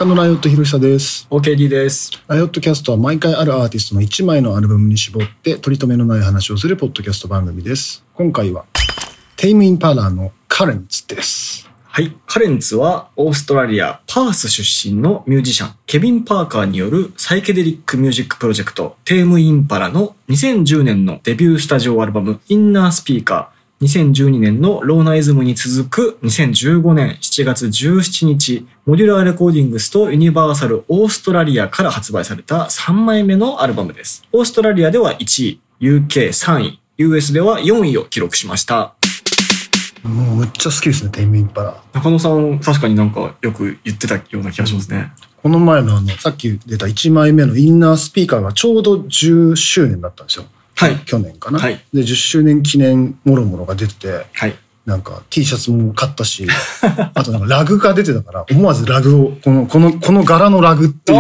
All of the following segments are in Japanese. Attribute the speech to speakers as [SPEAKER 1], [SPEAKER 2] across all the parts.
[SPEAKER 1] 作家のライオットひろひさです。
[SPEAKER 2] OKD です。
[SPEAKER 1] ライオットキャストは毎回あるアーティストの1枚のアルバムに絞って取り留めのない話をするポッドキャスト番組です。今回はテイム・インパラーのカレンツです。
[SPEAKER 2] はい。カレンツはオーストラリア・パース出身のミュージシャン、ケビン・パーカーによるサイケデリックミュージックプロジェクト、テイム・インパラの2010年のデビュースタジオアルバム、インナースピーカー、2012年のローナイズムに続く2015年7月17日、モデュラーレコーディングスとユニバーサルオーストラリアから発売された3枚目のアルバムです。オーストラリアでは1位、UK3 位、US では4位を記録しました。
[SPEAKER 1] もうめっちゃ好きですね、テイム・インパラ。
[SPEAKER 2] 中野さん、確かになんかよく言ってたような気がしますね。
[SPEAKER 1] この前のさっき出た1枚目のインナースピーカーがちょうど10周年だったんですよ。
[SPEAKER 2] はい。
[SPEAKER 1] 去年かな。
[SPEAKER 2] はい。
[SPEAKER 1] で、10周年記念もろもろが出てて、
[SPEAKER 2] はい。
[SPEAKER 1] なんか T シャツも買ったし、あとなんかラグが出てたから、思わずラグを、この柄のラグっていう。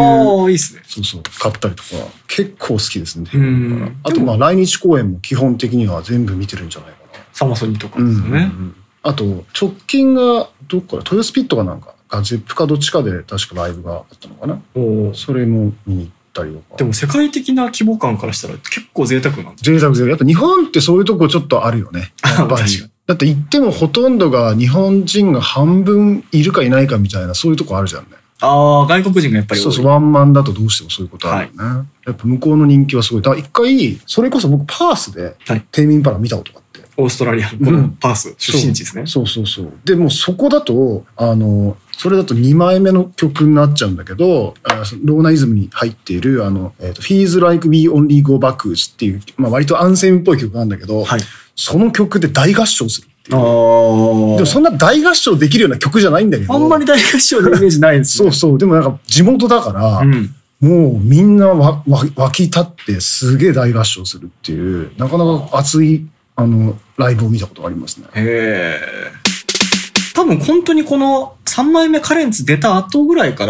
[SPEAKER 2] いいっすね。
[SPEAKER 1] そうそう、買ったりとか、結構好きですね。あとまあ来日公演も基本的には全部見てるんじゃないかな。
[SPEAKER 2] サマソニとかですよね。
[SPEAKER 1] あと、直近が、どっかで、豊洲ピットかなんか、ゼップかどっちかで確かライブがあったのかな。それも見に行ったりとか。
[SPEAKER 2] でも世界的な規模感からしたら結構贅沢なんです
[SPEAKER 1] ね。贅沢。やっぱ日本ってそういうとこちょっとあるよね。やっぱり。だって行ってもほとんどが日本人が半分いるかいないかみたいな、そういうとこあるじゃんね。
[SPEAKER 2] ああ、外国人がやっぱり多い。
[SPEAKER 1] そうそう、ワンマンだとどうしてもそういうことあるよね。はい、やっぱ向こうの人気はすごい。だから一回、それこそ僕パースでテイム・インパラ見たことがあって。
[SPEAKER 2] オーストラリアのこのパース出身地ですね。
[SPEAKER 1] そう。でもそこだと、それだと2枚目の曲になっちゃうんだけど、ローナイズムに入っている、Feels Like We Only Go Backwards っていう、まあ割とアンセムっぽい曲なんだけど、はい、その曲で大合唱するっていう。でもそんな大合唱できるような曲じゃないんだけど。
[SPEAKER 2] あんまり大合唱のイメージないですね。
[SPEAKER 1] そう。でもなんか地元だから、もうみんな湧き立ってすげえ大合唱するっていう、なかなか熱い、ライブを見たことがありますね。
[SPEAKER 2] へー。多分本当にこの3枚目カレンツ出た後ぐらいから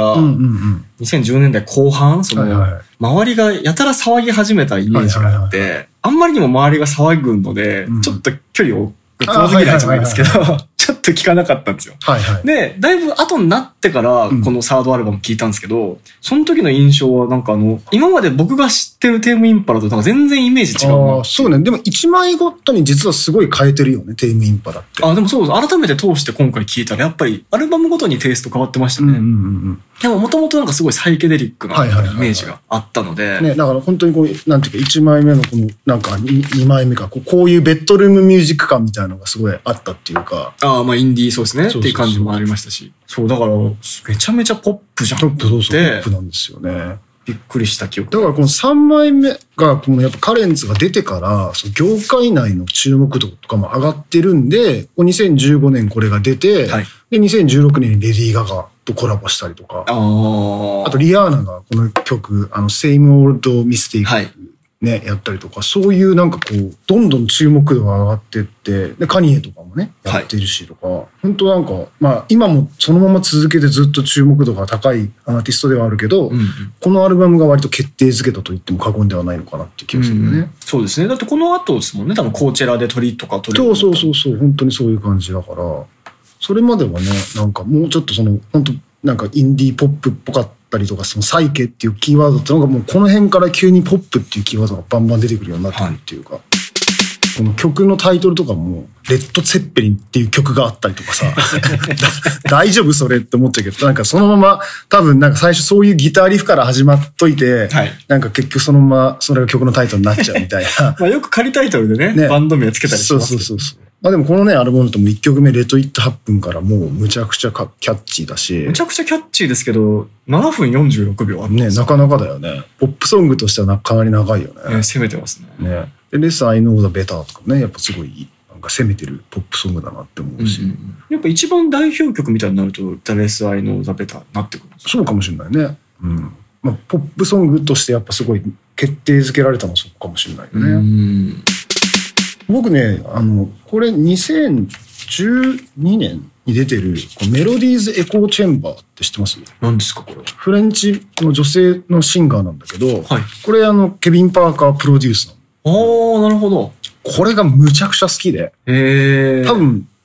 [SPEAKER 2] 、2010年代後半、周りがやたら騒ぎ始めたイメージがあって、あんまりにも周りが騒ぐので、ちょっと距離を遠すぎないじゃないですけど、ちょっと聞かなかったんですよ。で、だいぶ後になってからこのサードアルバム聞いたんですけど、その時の印象はなんか今まで僕が知ってるテイム・インパラとなんか全然イメージ違うな。
[SPEAKER 1] そうね。でも1枚ごとに実はすごい変えてるよね、テイム・インパラって。
[SPEAKER 2] でもそうです。改めて通して今回聞いたらやっぱりアルバムごとにテイスト変わってましたね。でももともとなんかすごいサイケデリックなイメージがあったので。
[SPEAKER 1] ね、だから本当にこう、なんていうか1枚目のこのなんか2枚目か、こういうベッドルームミュージック感みたいなのがすごいあったっていうか。
[SPEAKER 2] まあインディーそうですねっていう感じもありましたし。そう、だからめちゃめちゃポップじゃん。
[SPEAKER 1] ポップなんですよね。
[SPEAKER 2] びっくりした記憶。
[SPEAKER 1] だからこの3枚目が、このやっぱカレンツが出てから、その業界内の注目度とかも上がってるんで、2015年これが出て、で、2016年にレディー・ガガとコラボしたりとか、あとリアーナがこの曲、Same Old Mistake、ね、やったりとか、そういうなんかこう、どんどん注目度が上がってって、で、カニエとかもね、やってるしとか、本当なんか、まあ今もそのまま続けてずっと注目度が高いアーティストではあるけど、このアルバムが割と決定づけたと言っても過言ではないのかなっていう気がするよね。
[SPEAKER 2] そうですね。だってこの後ですもんね、多分コーチェラで鳥とか取れる。
[SPEAKER 1] そう、本当にそういう感じだから、それまではね、なんかもうちょっと本当なんかインディーポップっぽかったりとか、そのサイケっていうキーワードってのがもうこの辺から急にポップっていうキーワードがバンバン出てくるようになってるっていうか、この曲のタイトルとかもレッド・ツェッペリンっていう曲があったりとかさ大丈夫それって思っちゃうけど、なんかそのまま多分なんか最初そういうギターリフから始まっといて、なんか結局そのままそれが曲のタイトルになっちゃうみたいな
[SPEAKER 2] まあよく仮タイトルでねバンド名つけたりしますけど。
[SPEAKER 1] そうまあでもこのねアルバムだともう1曲目レッド・イット・ハップンからもうむちゃくちゃキャッチーだし、
[SPEAKER 2] むちゃくちゃキャッチーですけど7分46秒あるんです
[SPEAKER 1] ね。なかなかだよね。ポップソングとしてはかなり長いよね。
[SPEAKER 2] 攻めてますね。
[SPEAKER 1] でレス・アイ・ノー・ザ・ベターとかね、やっぱすごいなんか攻めてるポップソングだなって思うし、
[SPEAKER 2] やっぱ一番代表曲みたいになるとザ・レス・アイ・ノー・ザ・ベターになってくるんですか。
[SPEAKER 1] そうかもしれないね。まあ、ポップソングとしてやっぱすごい決定づけられたのはそこかもしれないよね。僕ね、これ2012年に出てるメロディーズ・エコー・チェンバーって知ってます？
[SPEAKER 2] 何ですかこれ？
[SPEAKER 1] フレンチの女性のシンガーなんだけど、これケビン・パーカープロデュースなの。
[SPEAKER 2] なるほど。
[SPEAKER 1] これがむちゃくちゃ好きで、多分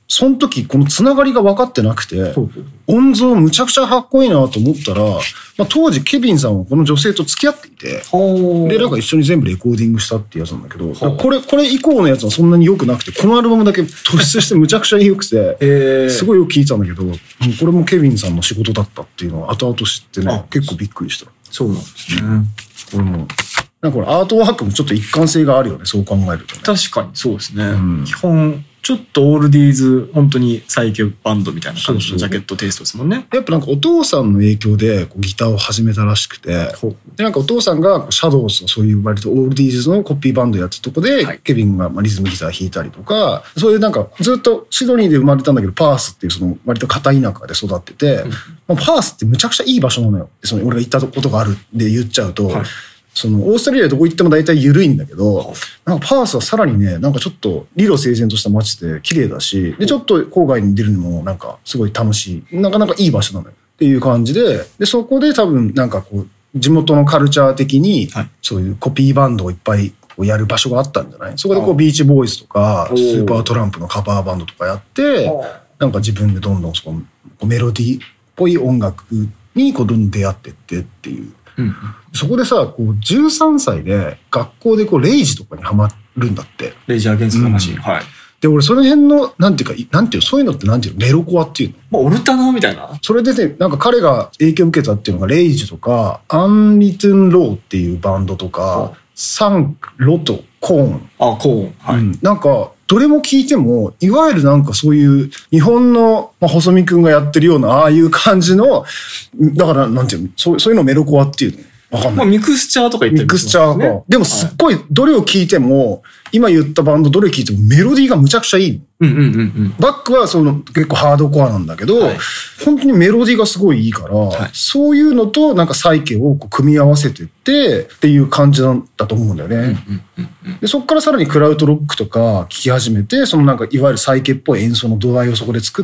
[SPEAKER 1] その時このつながりが分かってなくて、音像むちゃくちゃかっこいいなと思ったら、当時ケビンさんはこの女性と付き合っていて、でなんか一緒に全部レコーディングしたっていうやつなんだけど、これ以降のやつはそんなに良くなくて、このアルバムだけ突出してむちゃくちゃ良くて、すごいよく聴いてたんだけど、これもケビンさんの仕事だったっていうのを後々知ってね、結構びっくりした。
[SPEAKER 2] そうなんですね。
[SPEAKER 1] これもなんかこれアートワークもちょっと一貫性があるよね、そう考えるとね。
[SPEAKER 2] 確かにそうですね。基本ちょっとオールディーズ本当に最強バンドみたいな感じのジャケットテイストですもんね。
[SPEAKER 1] やっぱなんかお父さんの影響でギターを始めたらしくて、でなんかお父さんがシャドウズのそういう割とオールディーズのコピーバンドやってたとこで、ケビンがリズムギター弾いたりとか、そういうなんかずっとシドニーで生まれたんだけど、パースっていうその割と片田舎で育ってて、パースってむちゃくちゃいい場所なのよ。その俺が行ったことがあるで言っちゃうと、そのオーストラリアどこ行っても大体緩いんだけど、なんかパースはさらにね、なんかちょっと理路整然とした街で綺麗だし、でちょっと郊外に出るのもなんかすごい楽しい、なかなかいい場所なのよっていう感じで、でそこで多分なんかこう地元のカルチャー的にそういうコピーバンドをいっぱいやる場所があったんじゃない？そこでこうビーチボーイズとかスーパートランプのカバーバンドとかやって、なんか自分でどんどんそのメロディーっぽい音楽にこうどんどん出会ってってっていう。そこでさ、こう13歳で学校でこうレイジとかにハマるんだって。
[SPEAKER 2] レイジアゲンストのマシン。はい。
[SPEAKER 1] で、俺その辺の、なんていうか、なんていうそういうのってなんていうのメロコアっていうの？
[SPEAKER 2] オルタナみたいな。
[SPEAKER 1] それでね、なんか彼が影響を受けたっていうのがレイジとか、アンリトゥンローっていうバンドとか、サンク、ロト、コーン。
[SPEAKER 2] コーン。はい。
[SPEAKER 1] なんか、どれも聞いても、いわゆるなんかそういう日本の細見くんがやってるようなああいう感じの、だからなんていうの、そういうのをメロコアっていうの。わかんない。
[SPEAKER 2] ミクスチャーとか言ってる
[SPEAKER 1] ミクスチャーか。でもすっごい、どれを聞いても、今言ったバンドどれ聞いてもメロディーがむちゃくちゃいい。バックはその結構ハードコアなんだけど、本当にメロディーがすごいいいから、そういうのとなんかサイケをこう組み合わせてっていう感じなんだと思うんだよね。でそこからさらにクラウドロックとか聴き始めて、そのなんかいわゆるサイケっぽい演奏の土台をそこで作って、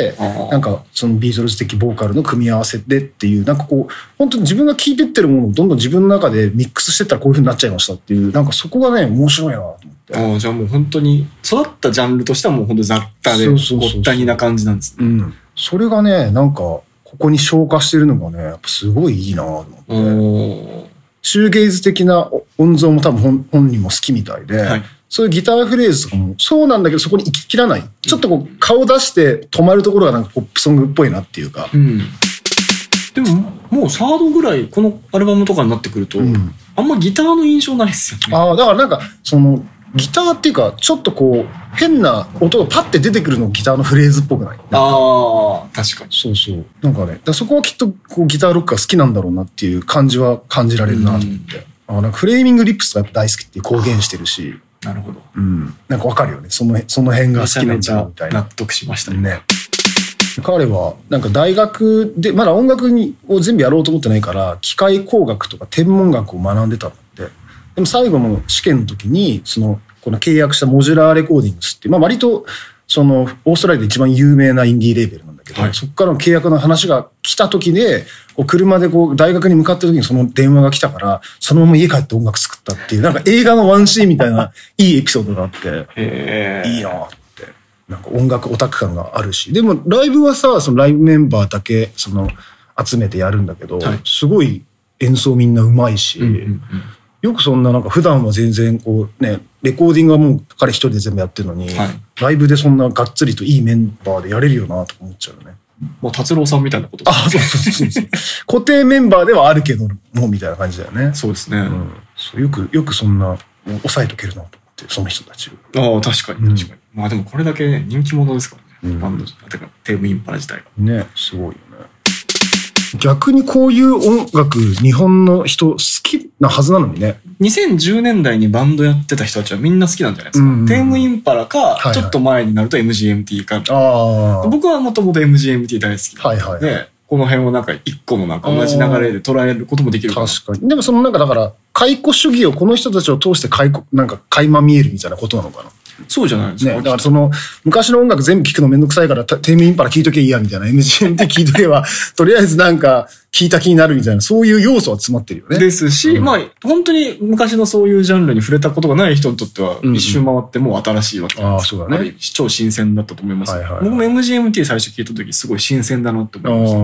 [SPEAKER 1] なんかそのビートルズ的ボーカルの組み合わせでっていう、なんかこう、本当に自分が聴いてってるものをどんどん自分の中でミックスしてったらこういう風になっちゃいましたっていう、なんかそこがね、面白いなと思って。
[SPEAKER 2] じゃあもう本当に育ったジャンルとしてはもう本当雑多でごったにな感じなんですね。
[SPEAKER 1] それがね、なんかここに昇華してるのがね、やっぱすごいいいなと思って。シューゲイズ的な音像も多分本人も好きみたいで、そういうギターフレーズとかもそうなんだけど、そこに行ききらない。ちょっとこう顔出して止まるところがなんかポップソングっぽいなっていうか。
[SPEAKER 2] でももうサードぐらいこのアルバムとかになってくると、あんまギターの印象ないですよね。
[SPEAKER 1] だからなんかそのギターっていうかちょっとこう変な音がパッて出てくるのギターのフレーズっぽくない？
[SPEAKER 2] 確かに。
[SPEAKER 1] そうそう。なんかね、そこはきっとこうギターロックが好きなんだろうなっていう感じは感じられるなと思って。なんかフレーミングリップスがやっぱ大好きって公言してるし。
[SPEAKER 2] なるほど。
[SPEAKER 1] なんかわかるよね。その辺が好きなんだみたいな。
[SPEAKER 2] 納得しましたね。
[SPEAKER 1] 彼はなんか大学でまだ音楽を全部やろうと思ってないから機械工学とか天文学を学んでたんだって。でも最後の試験の時にこの契約したモジュラーレコーディングスって割とそのオーストラリアで一番有名なインディーレーベルなんだけど、そこからの契約の話が来た時で車で大学に向かってる時にその電話が来たからそのまま家帰って音楽作ったっていうなんか映画のワンシーンみたいないいエピソードがあっていいなって。なんか音楽オタク感があるし、でもライブはさ、そのライブメンバーだけ集めてやるんだけど、すごい演奏みんなうまいし、よくそんななんか普段は全然こうね、レコーディングはもう彼一人で全部やってるのに、ライブでそんながっつりといいメンバーでやれるよなと思っちゃうよね。
[SPEAKER 2] もう達郎さんみたいなこと
[SPEAKER 1] ですね。そう固定メンバーではあるけどもみたいな感じだよね。
[SPEAKER 2] そうですね。
[SPEAKER 1] よくそんな抑えとけるなと思ってその人たち
[SPEAKER 2] を。確かに。まあでもこれだけ人気者ですからね。バンドてかテームインパラ自体が
[SPEAKER 1] ね、すごいよね。逆にこういう音楽日本の人好きなはずなのにね。
[SPEAKER 2] 2010年代にバンドやってた人たちはみんな好きなんじゃないですか。テームインパラか、ちょっと前になると MGMT か。僕はもともと MGMT 大好きで、この辺をなんか一個のなんか同じ流れで捉えることもできるかな。
[SPEAKER 1] 確かに。でもなんかだから解雇主義をこの人たちを通して垣間見えるみたいなことなのかな。
[SPEAKER 2] そうじゃないですか。
[SPEAKER 1] ね、だからその、昔の音楽全部聴くのめんどくさいから、テームインパラ聴いとけいいや、みたいな。MGMT 聴いとけば、とりあえずなんか、聴いた気になるみたいな、そういう要素は詰まってるよね。
[SPEAKER 2] ですし、まあ、本当に昔のそういうジャンルに触れたことがない人にとっては、一周回ってもう新しいわけなんです。
[SPEAKER 1] そうだね。
[SPEAKER 2] 超新鮮だったと思います。僕も MGMT 最初聞いた時すごい新鮮だなって思いました。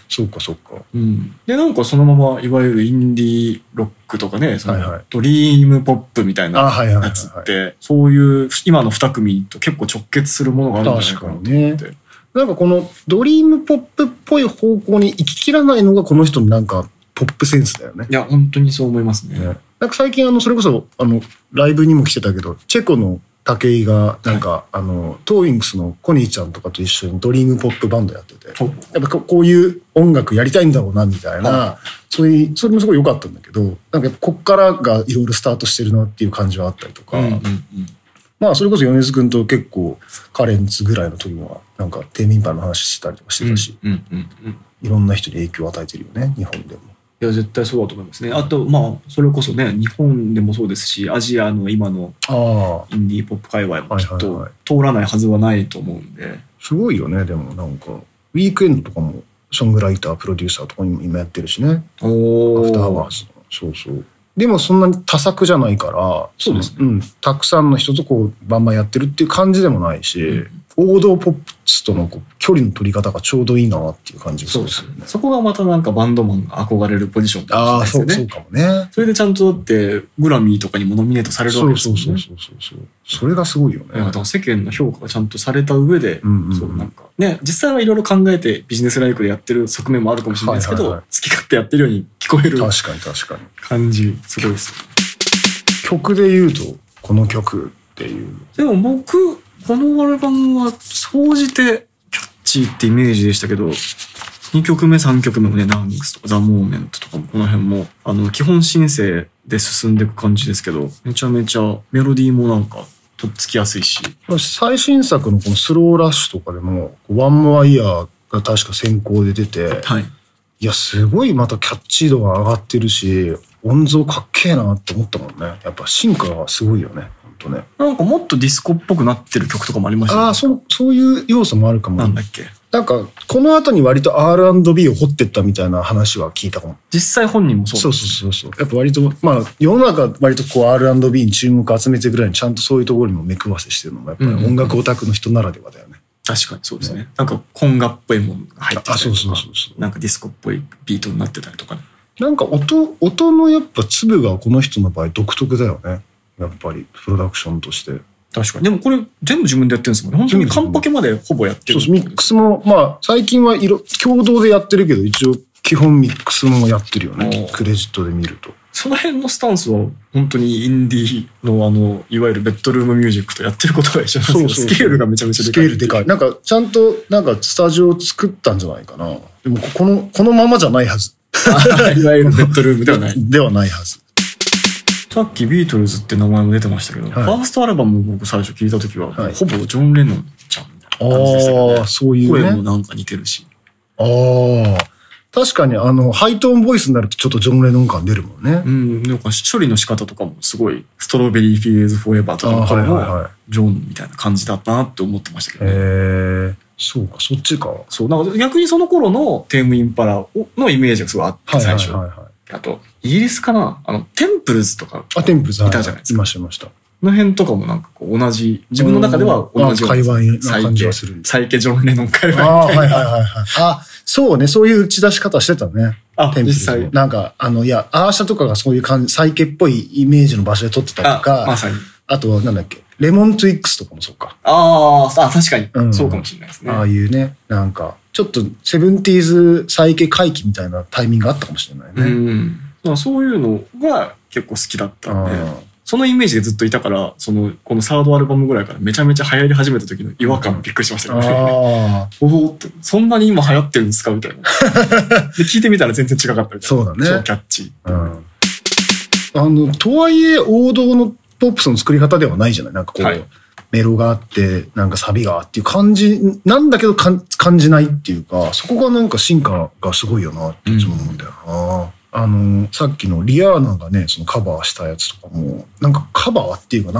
[SPEAKER 1] そうかそうか。
[SPEAKER 2] で、なんかそのまま、いわゆるインディーロックとかね、そのドリームポップみたいなやつって、そういう今の2組と結構直結するものがあるんじゃないかなと思って。
[SPEAKER 1] なんかこのドリームポップっぽい方向に行ききらないのがこの人のなんかポップセンスだよね。
[SPEAKER 2] いや、本当にそう思いますね。
[SPEAKER 1] なんか最近それこそライブにも来てたけど、チェコの武井がなんか、トーイングスのコニーちゃんとかと一緒にドリームポップバンドやってて、やっぱこういう音楽やりたいんだろうなみたいな、それもすごい良かったんだけど、なんかやっぱこっからがいろいろスタートしてるなっていう感じはあったりとか、まあそれこそ米津くんと結構カレンツぐらいの時にはなんかテームインパラの話したりとかしてたし、いろんな人に影響を与えてるよね、日本でも。
[SPEAKER 2] いや、絶対そうだと思いますね。あと、まあ、それこそね、日本でもそうですし、アジアの今のインディーポップ界隈もきっと通らないはずはないと思うんで。
[SPEAKER 1] すごいよね、でもなんか、ウィークエンドとかも、ソングライター、プロデューサーとかにも今やってるしね。アフターアワーズの。そうそう。でもそんなに多作じゃないから、
[SPEAKER 2] そうですね。
[SPEAKER 1] たくさんの人とこう、バンバンやってるっていう感じでもないし、王道ポップスとの距離の取り方がちょうどいいなっていう感じがするんですよね。
[SPEAKER 2] そこがまたなんかバンドマンが憧れるポジションかもしれないですよね。
[SPEAKER 1] そうかもね。
[SPEAKER 2] それでちゃんとだってグラミーとかにもノミネートされるわけですよね。
[SPEAKER 1] そう。それがすごいよね。
[SPEAKER 2] だから世間の評価がちゃんとされた上で、そうなんかね、実際はいろいろ考えてビジネスライクでやってる側面もあるかもしれないですけど、好き勝手やってるように聞こえる。
[SPEAKER 1] 確かに
[SPEAKER 2] 感じ、すごいですよね。
[SPEAKER 1] 曲で言うと、この曲っていう。
[SPEAKER 2] でも僕、このアルバムは総じてキャッチーってイメージでしたけど、2曲目3曲目もね、ナングスとかザ・モーメントとかもこの辺も基本シンセで進んでいく感じですけど、めちゃめちゃメロディーもなんかとっつきやすいし、
[SPEAKER 1] 最新作のこのスローラッシュとかでもワンモアイヤーが確か先行で出て、いやすごいまたキャッチー度が上がってるし、音像かっけえなって思ったもんね。やっぱ進化がすごいよね。ね、
[SPEAKER 2] なんかもっとディスコっぽくなってる曲とかもありましたね。
[SPEAKER 1] そういう要素もあるかも。
[SPEAKER 2] なんだっけ。
[SPEAKER 1] なんかこの後に割と R&B を掘ってったみたいな話は聞いたかも。
[SPEAKER 2] 実際本人もそうですね。
[SPEAKER 1] そう。やっぱ割とまあ世の中割とこう R&B に注目を集めてぐらいにちゃんとそういうところにも目配せしてるのもやっぱり音楽オタクの人ならではだよね。
[SPEAKER 2] 確かにそうですね。なんかコンガっぽいものが入ってたりとか、
[SPEAKER 1] そう。
[SPEAKER 2] なんかディスコっぽいビートになってたりとかね。
[SPEAKER 1] なんか音のやっぱ粒がこの人の場合独特だよね。やっぱりプロダクションとして。
[SPEAKER 2] 確かに。でもこれ全部自分でやってるんですもんね。本当にカンパケまでほぼやってる。
[SPEAKER 1] そう、ミックスも、まあ最近は共同でやってるけど、一応基本ミックスもやってるよね。クレジットで見ると。
[SPEAKER 2] その辺のスタンスは本当にインディーのいわゆるベッドルームミュージックとやってることが一緒なんですけど、スケールがめちゃめちゃでかい。
[SPEAKER 1] スケールでかい。なんかちゃんとなんかスタジオを作ったんじゃないかな。でもこのままじゃないはず。
[SPEAKER 2] いわゆるベッドルームではない。
[SPEAKER 1] ではないはず。
[SPEAKER 2] さっきビートルズって名前も出てましたけど、ファーストアルバムを僕最初聞いた時は、ほぼジョン・レノンちゃんみたいな感じでしたけどね。
[SPEAKER 1] そういうね。
[SPEAKER 2] 声もなんか似てるし。
[SPEAKER 1] 確かにハイトーンボイスになるとちょっとジョン・レノン感出るもんね。
[SPEAKER 2] なんか処理の仕方とかもすごい、ストロベリー・フィーズ・フォーエバーとかの声もジョンみたいな感じだったなって思ってましたけどね。
[SPEAKER 1] そうか、そっちか。
[SPEAKER 2] そう、なんか逆にその頃のテームインパラのイメージがすごいあって、最初。あと、イギリスかなテンプルズとか。
[SPEAKER 1] テンプルズ
[SPEAKER 2] いたじゃないですか。
[SPEAKER 1] いました。
[SPEAKER 2] この辺とかもなんかこう同じ、自分の中では同じような。
[SPEAKER 1] 界隈な感じがする。
[SPEAKER 2] サイケジョン・レノン界隈みたいな。
[SPEAKER 1] そうね、そういう打ち出し方してたね。テンプルズ。
[SPEAKER 2] 実際。
[SPEAKER 1] なんか、アーシャとかがそういう感じ、サイケっぽいイメージの場所で撮ってたりとか。
[SPEAKER 2] まさに。
[SPEAKER 1] あとはなんだっけ、レモントゥイックスとかもそうか。
[SPEAKER 2] 確かに。そうかもしれないですね。
[SPEAKER 1] ああいうね、なんか、ちょっとセブンティーズサイケ回帰みたいなタイミングがあったかもしれないね。
[SPEAKER 2] そういうのが結構好きだったんで、そのイメージでずっといたから、このサードアルバムぐらいからめちゃめちゃ流行り始めた時の違和感びっくりしましたよね。そんなに今流行ってるんですかみたいな。で、聞いてみたら全然違かったみたいな。
[SPEAKER 1] そうだね。
[SPEAKER 2] 超キャッチ
[SPEAKER 1] ー。とはいえ王道のポップスの作り方ではないじゃない。なんかこう、メロがあって、なんかサビがっていう感じなんだけど感じないっていうか、そこがなんか進化がすごいよなっていつも思うんだよな。さっきのリアーナがね、そのカバーしたやつとかも、なんかカバーっていうか何なの？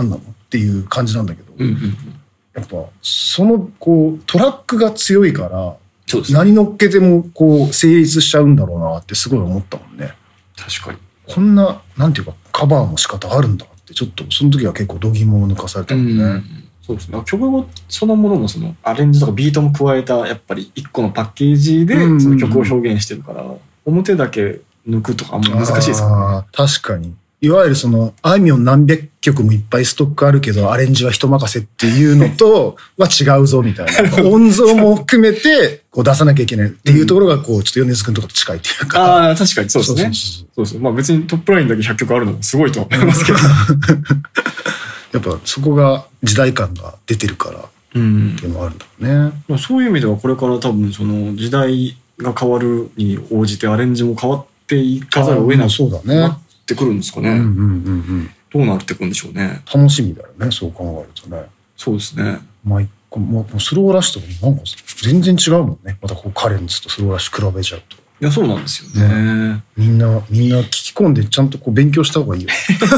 [SPEAKER 1] っていう感じなんだけど、
[SPEAKER 2] うんうんうん、
[SPEAKER 1] やっぱそのこうトラックが強いから
[SPEAKER 2] そうですね、
[SPEAKER 1] 何乗っけてもこう成立しちゃうんだろうなってすごい思ったもんね。
[SPEAKER 2] 確かに
[SPEAKER 1] こんななんていうかカバーの仕方あるんだってちょっとその時は結構度肝を抜かされたもんね。
[SPEAKER 2] うん、そうですね、曲そのものもそのアレンジとかビートも加えたやっぱり一個のパッケージでその曲を表現してるから、表だけ抜くとかあんま難しいですよね。
[SPEAKER 1] 確かに。いわゆるそのあいみょん何百曲もいっぱいストックあるけどアレンジは人任せっていうのとは違うぞみたいな音像も含めてこう出さなきゃいけないっていうところがこうちょっと米津くんとかと近いっていうか、
[SPEAKER 2] ああ確かにそうですね。そうそう、まあ別にトップラインだけ100曲あるのもすごいと思いますけど
[SPEAKER 1] やっぱそこが時代感が出てるからっていうのがあるんだろうね。
[SPEAKER 2] そういう意味ではこれから多分その時代が変わるに応じてアレンジも変わっていかざるを得なくなってくるんですかね。どうなってくるんでしょうね。
[SPEAKER 1] 楽しみだよね、そう考えるとね。
[SPEAKER 2] そうですね。
[SPEAKER 1] もうスローラッシュとかなんか全然違うもんね。またこうカレンツとスローラッシュ比べちゃうと。
[SPEAKER 2] いやそうなんですよね。
[SPEAKER 1] みんな聞き込んでちゃんとこう勉強した方がいいよ。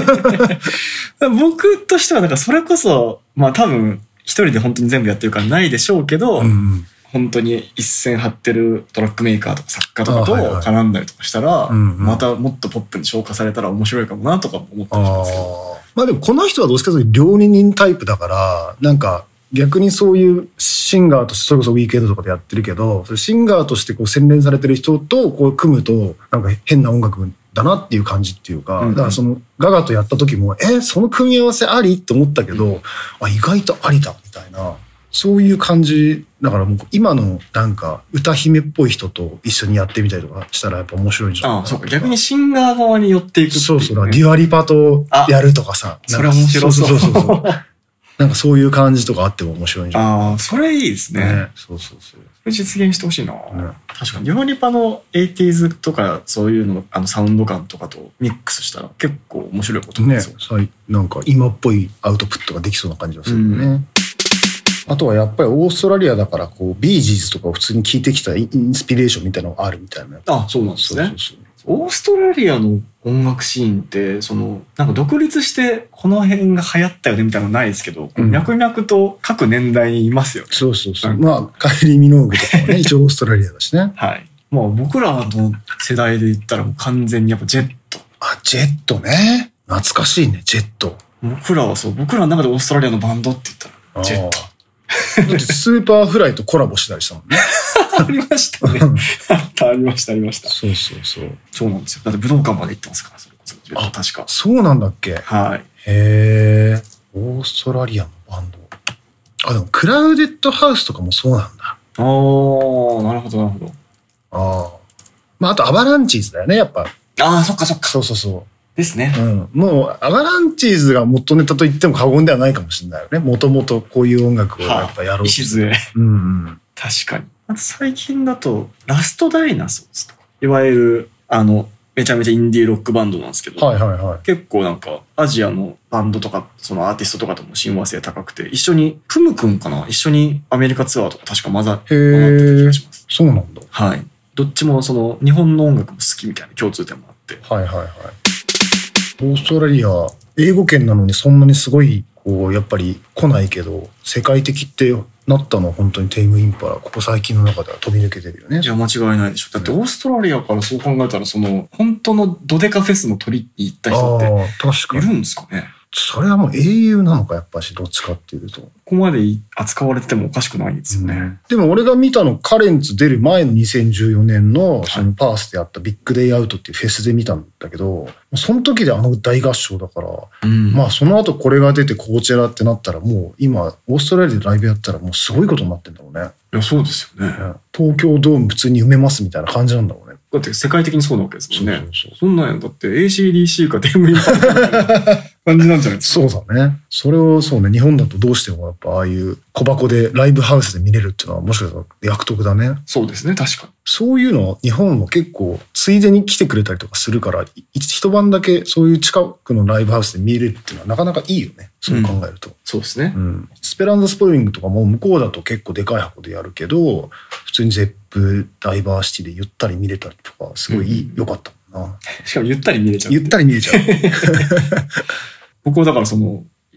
[SPEAKER 2] 僕としてはなんかそれこそまあ多分一人で本当に全部やってるからないでしょうけど、本当に一線張ってるトラックメーカーとか作家とかと絡んだりとかしたら、またもっとポップに消化されたら面白いかもなとか思ったりしますけど。
[SPEAKER 1] まあでもこの人はどっちかというと料理人タイプだから、なんか逆にそういうシンガーとしてそれこそウィークエンドとかでやってるけど、シンガーとしてこう洗練されてる人とこう組むとなんか変な音楽だなっていう感じっていうか、だからそのガガとやった時もその組み合わせありって思ったけど、意外とありだみたいな。そういう感じだからもう今のなんか歌姫っぽい人と一緒にやってみたりとかしたらやっぱ面白いんじゃないかな。
[SPEAKER 2] そうか、逆にシンガー側に寄っていくっていう、ね。そう
[SPEAKER 1] そう、デュアリパとやるとかさ。
[SPEAKER 2] それ面白そう。
[SPEAKER 1] そうなんかそういう感じとかあっても面白いんじゃないかな。
[SPEAKER 2] それいいですね。
[SPEAKER 1] そう。そ
[SPEAKER 2] れ実現してほしいな。確かにデュアリパの 80s とかそういうのサウンド感とかとミックスしたら結構面白いことになりそう。
[SPEAKER 1] ね、なんか今っぽいアウトプットができそうな感じがするよね。あとはやっぱりオーストラリアだからこうビージーズとかを普通に聴いてきたインスピレーションみたいなのがあるみたいな。
[SPEAKER 2] そうなんですね。オーストラリアの音楽シーンってそのなんか独立してこの辺が流行ったよねみたいなのないですけど、脈々と各年代にいますよね。そう。
[SPEAKER 1] まあカイリー・ミノーグとかもね一応オーストラリアだしね。
[SPEAKER 2] はい。まあ僕らの世代で言ったらもう完全にやっぱジェット。
[SPEAKER 1] ジェットね。懐かしいねジェット。
[SPEAKER 2] 僕らの中でオーストラリアのバンドって言ったらジェット。
[SPEAKER 1] だってスーパーフライとコラボしたりしたもんね。
[SPEAKER 2] ありましたね。ありました。
[SPEAKER 1] そう。
[SPEAKER 2] そうなんですよ。だって武道館まで行ってますから、それこそ。確か。
[SPEAKER 1] そうなんだっけ。
[SPEAKER 2] はい。
[SPEAKER 1] へー。オーストラリアのバンド。でもクラウデッドハウスとかもそうなんだ。
[SPEAKER 2] なるほど。
[SPEAKER 1] まああとアバランチーズだよね、やっぱ。
[SPEAKER 2] そっか。
[SPEAKER 1] そう。
[SPEAKER 2] ですね。
[SPEAKER 1] もうアバランチーズが元ネタと言っても過言ではないかもしれないよね。もともとこういう音楽をやっぱやろうと。
[SPEAKER 2] 礎。確かに。あと最近だとラストダイナソーズとか、いわゆるめちゃめちゃインディーロックバンドなんですけど、結構なんかアジアのバンドとかそのアーティストとかとも親和性高くて、一緒にクムくんかな、一緒にアメリカツアーとか確か回ってた気がします。
[SPEAKER 1] そうなんだ。
[SPEAKER 2] はい。どっちもその日本の音楽も好きみたいな共通点もあって。
[SPEAKER 1] オーストラリア英語圏なのにそんなにすごいこうやっぱり来ないけど世界的ってなったのは本当にテイムインパラここ最近の中では飛び抜けてるよね。
[SPEAKER 2] いや間違いないでしょ。だってオーストラリアからそう考えたらその本当のドデカフェスの鳥に行った人っているんですかね。
[SPEAKER 1] それはもう英雄なのかやっぱしどっちかっていうと
[SPEAKER 2] ここまで扱われててもおかしくないんですよね。
[SPEAKER 1] でも俺が見たのカレンツ出る前の2014年のそのパースでやったビッグデイアウトっていうフェスで見たんだけど、その時で大合唱だから、まあその後これが出てコーチェラってなったらもう今オーストラリアでライブやったらもうすごいことになってんだろうね。
[SPEAKER 2] いやそうですよね。
[SPEAKER 1] 東京ドーム普通に埋めますみたいな感じなんだろうね。
[SPEAKER 2] だって世界的にそうなわけですもんね。そんなんやんだって ACDC かテームインパラ感じなんじゃないですか。
[SPEAKER 1] そうだね。それをそうね、日本だとどうしてもやっぱああいう小箱でライブハウスで見れるっていうのはもしかしたら役得だね。
[SPEAKER 2] そうですね、確かに。
[SPEAKER 1] そういうの日本も結構ついでに来てくれたりとかするから一晩だけそういう近くのライブハウスで見れるっていうのはなかなかいいよね。そう考えると。
[SPEAKER 2] そうですね。
[SPEAKER 1] スペランザスポイングとかも向こうだと結構でかい箱でやるけど普通にゼップダイバーシティでゆったり見れたりとかすごい良かったもんな。
[SPEAKER 2] しかもゆったり見れちゃう。
[SPEAKER 1] ゆったり見れちゃう。
[SPEAKER 2] 僕はだからその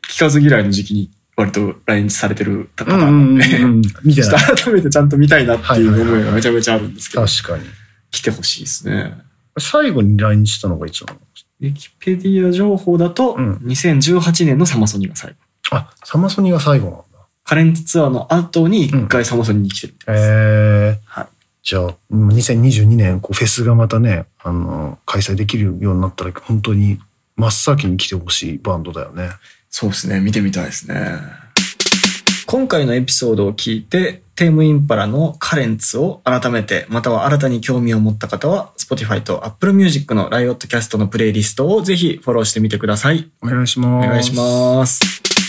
[SPEAKER 2] 聞かず嫌いの時期に割と来日されてる方なんで、
[SPEAKER 1] 見てない。
[SPEAKER 2] 改めてちゃんと見たいなっていう思いがめちゃめちゃあるんですけど、
[SPEAKER 1] 確かに。
[SPEAKER 2] 来てほしいですね。
[SPEAKER 1] 最後に来日したのがいつなの？
[SPEAKER 2] ウィキペディア情報だと、2018年のサマソニが最後。
[SPEAKER 1] あ、サマソニが最後なんだ。
[SPEAKER 2] カレンツツアーの後に一回サマソニに来てるみたいです。はい。
[SPEAKER 1] じゃあ、2022年、フェスがまたね、開催できるようになったら、本当に真っ先に来てほしいバンドだよね。
[SPEAKER 2] そうですね。見てみたいですね。今回のエピソードを聞いて、テームインパラのカレンツを改めて、または新たに興味を持った方は、Spotify と Apple Music のライオットキャストのプレイリストをぜひフォローしてみてください。
[SPEAKER 1] お願いします。
[SPEAKER 2] お願いします。